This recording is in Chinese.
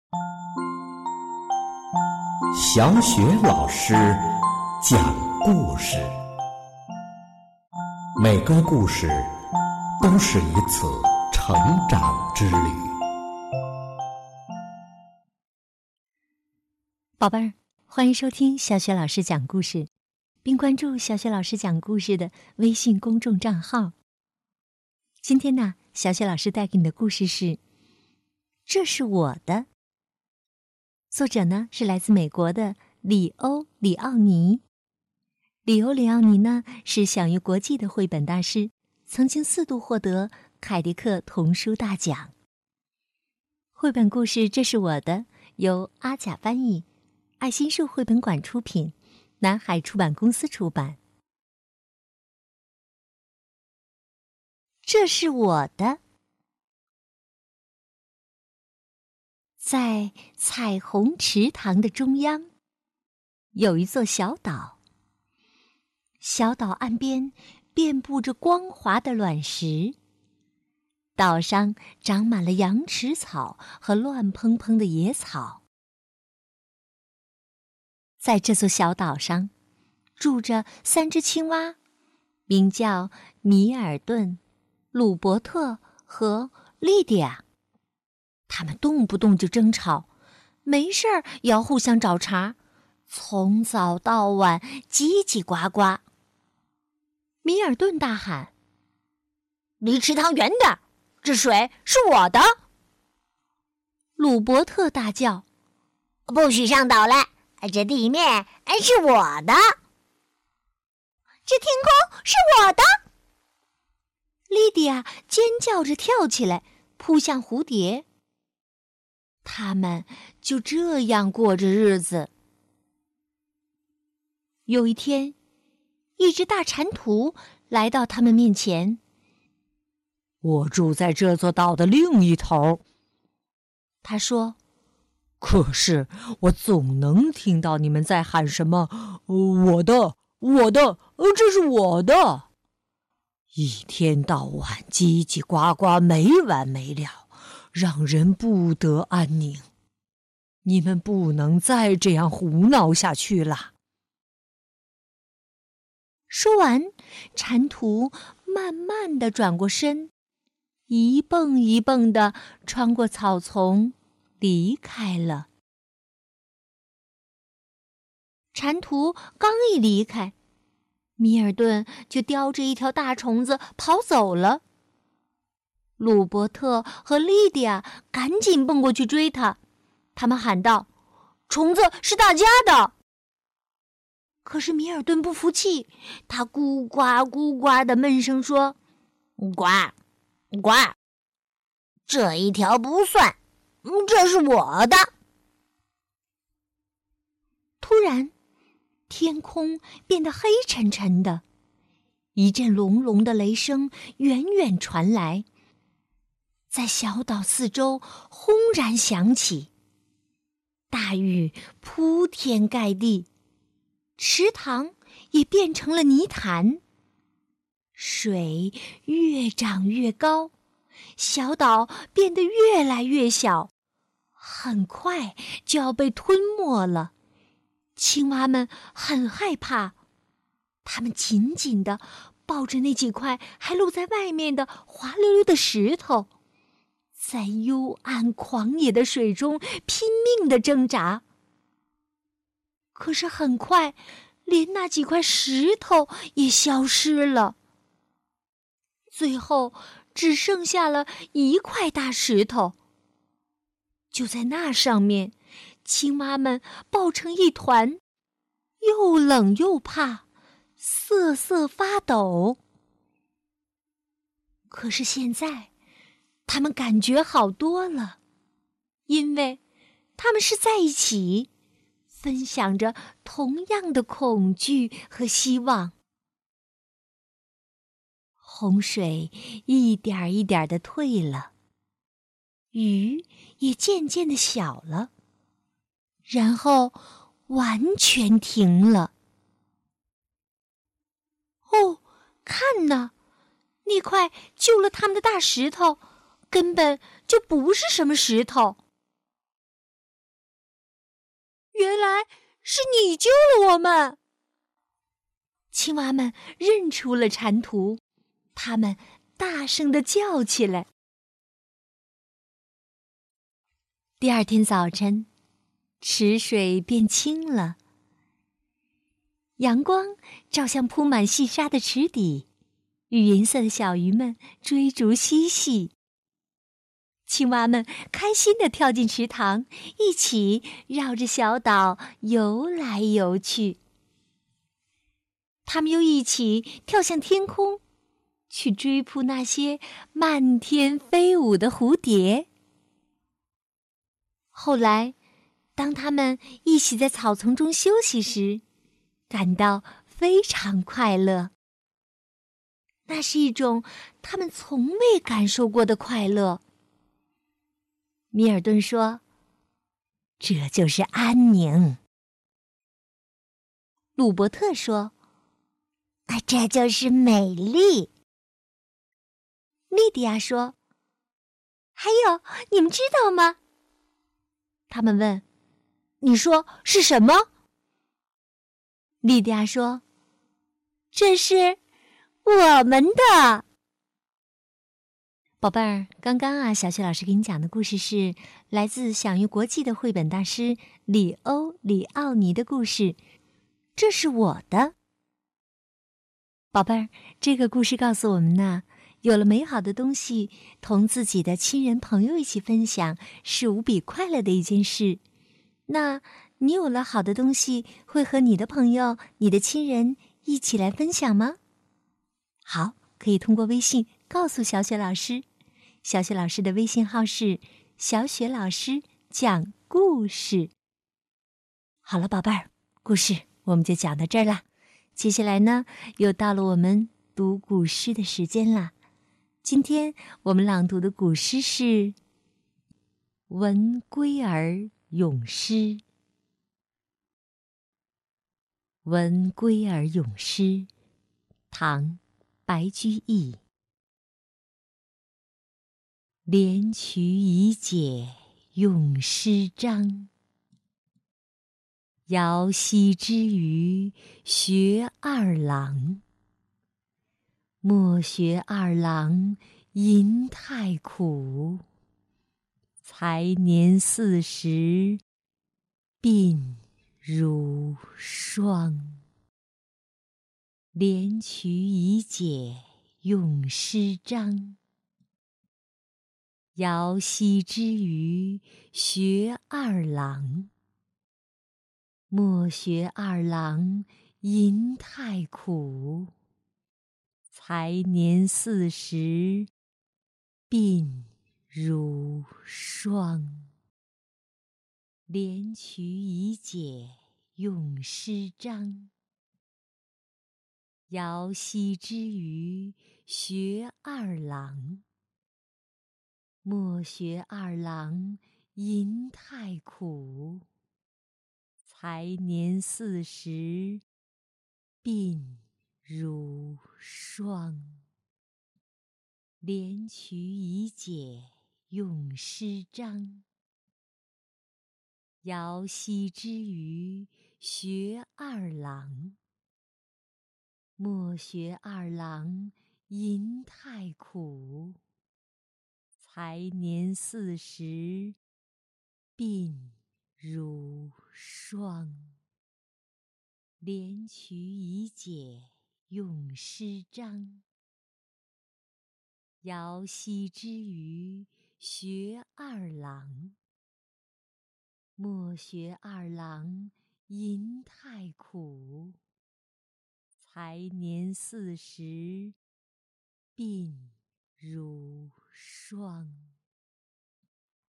小雪老师讲故事，每个故事都是一次成长之旅。 宝贝儿，欢迎收听小雪老师讲故事，并关注小雪老师讲故事的微信公众账号。今天呢，小雪老师带给你的故事是《这是我的》，作者呢是来自美国的里欧·里奥尼。里欧·里奥尼呢是享誉国际的绘本大师，曾经4度获得凯迪克童书大奖。绘本故事《这是我的》由阿甲翻译，爱心树绘本馆出品，南海出版公司出版。这是我的。在彩虹池塘的中央，有一座小岛。小岛岸边遍布着光滑的卵石，岛上长满了羊齿草和乱蓬蓬的野草。在这座小岛上，住着3只青蛙，名叫米尔顿、鲁伯特和莉迪亚。他们动不动就争吵，没事儿也要互相找茬，从早到晚叽叽呱呱。米尔顿大喊：“离池塘远点，这水是我的！”鲁伯特大叫：“不许上岛来，这地面是我的！这天空是我的！”莉迪亚尖叫着跳起来，扑向蝴蝶。他们就这样过着日子。有一天，一只大蟾蜍来到他们面前。“我住在这座岛的另一头。”他说，“可是我总能听到你们在喊什么‘我的，我的，这是我的’，一天到晚叽叽呱呱，没完没了，让人不得安宁。你们不能再这样胡闹下去了。”说完，蟾蜍慢慢地转过身，一蹦一蹦地穿过草丛，离开了。蟾蜍刚一离开，米尔顿就叼着一条大虫子跑走了。鲁伯特和莉迪亚赶紧蹦过去追他，他们喊道：“虫子是大家的！”可是米尔顿不服气，他咕呱咕呱地闷声说：“呱呱，这一条不算，这是我的。”突然，天空变得黑沉沉的，一阵隆隆的雷声远远传来，在小岛四周轰然响起，大雨铺天盖地，池塘也变成了泥潭，水越涨越高，小岛变得越来越小，很快就要被吞没了。青蛙们很害怕，它们紧紧地抱着那几块还露在外面的滑溜溜的石头，在幽暗狂野的水中拼命地挣扎。可是很快，连那几块石头也消失了，最后只剩下了一块大石头。就在那上面，青蛙们抱成一团，又冷又怕，瑟瑟发抖。可是现在，他们感觉好多了，因为他们是在一起，分享着同样的恐惧和希望。洪水一点一点地退了，雨也渐渐地小了，然后完全停了。哦，看呐，那块救了他们的大石头根本就不是什么石头， 原来是你救了我们！青蛙们认出了蟾蜍，它们大声地叫起来。第二天早晨，池水变清了，阳光照向铺满细沙的池底，玉银色的小鱼们追逐嬉戏。青蛙们开心地跳进池塘，一起绕着小岛游来游去。他们又一起跳向天空，去追扑那些漫天飞舞的蝴蝶。后来，当他们一起在草丛中休息时，感到非常快乐。那是一种他们从未感受过的快乐。米尔顿说：“这就是安宁。”鲁伯特说：“这就是美丽。”莉迪亚说：“还有，你们知道吗？”他们问：“你说是什么？”莉迪亚说：“这是我们的。”宝贝儿，刚刚小雪老师给你讲的故事是来自享誉国际的绘本大师里奥尼的故事。这是我的。宝贝儿，这个故事告诉我们呢，有了美好的东西，同自己的亲人朋友一起分享，是无比快乐的一件事。那你有了好的东西，会和你的朋友、你的亲人一起来分享吗？好，可以通过微信告诉小雪老师。小雪老师的微信号是小雪老师讲故事。好了，宝贝儿，故事我们就讲到这儿啦。接下来呢，又到了我们读古诗的时间啦。今天我们朗读的古诗是《闻龟儿咏诗》。《闻龟儿咏诗》，唐·白居易。连渠一解咏诗章，遥溪之鱼学二郎。莫学二郎吟太苦，才年40鬓如霜。连渠一解咏诗章，遥溪之鱼学二郎。莫学二郎吟太苦，才年40鬓如霜。连渠一解咏诗章，遥溪之鱼学二郎。莫学二郎吟太苦，才年40鬓如霜。连渠一解咏诗章，遥溪之鱼学二郎。莫学二郎吟太苦，才年40鬓如霜。连渠一解咏诗章，遥溪之鱼学二郎。莫学二郎吟太苦，才年40鬓如霜。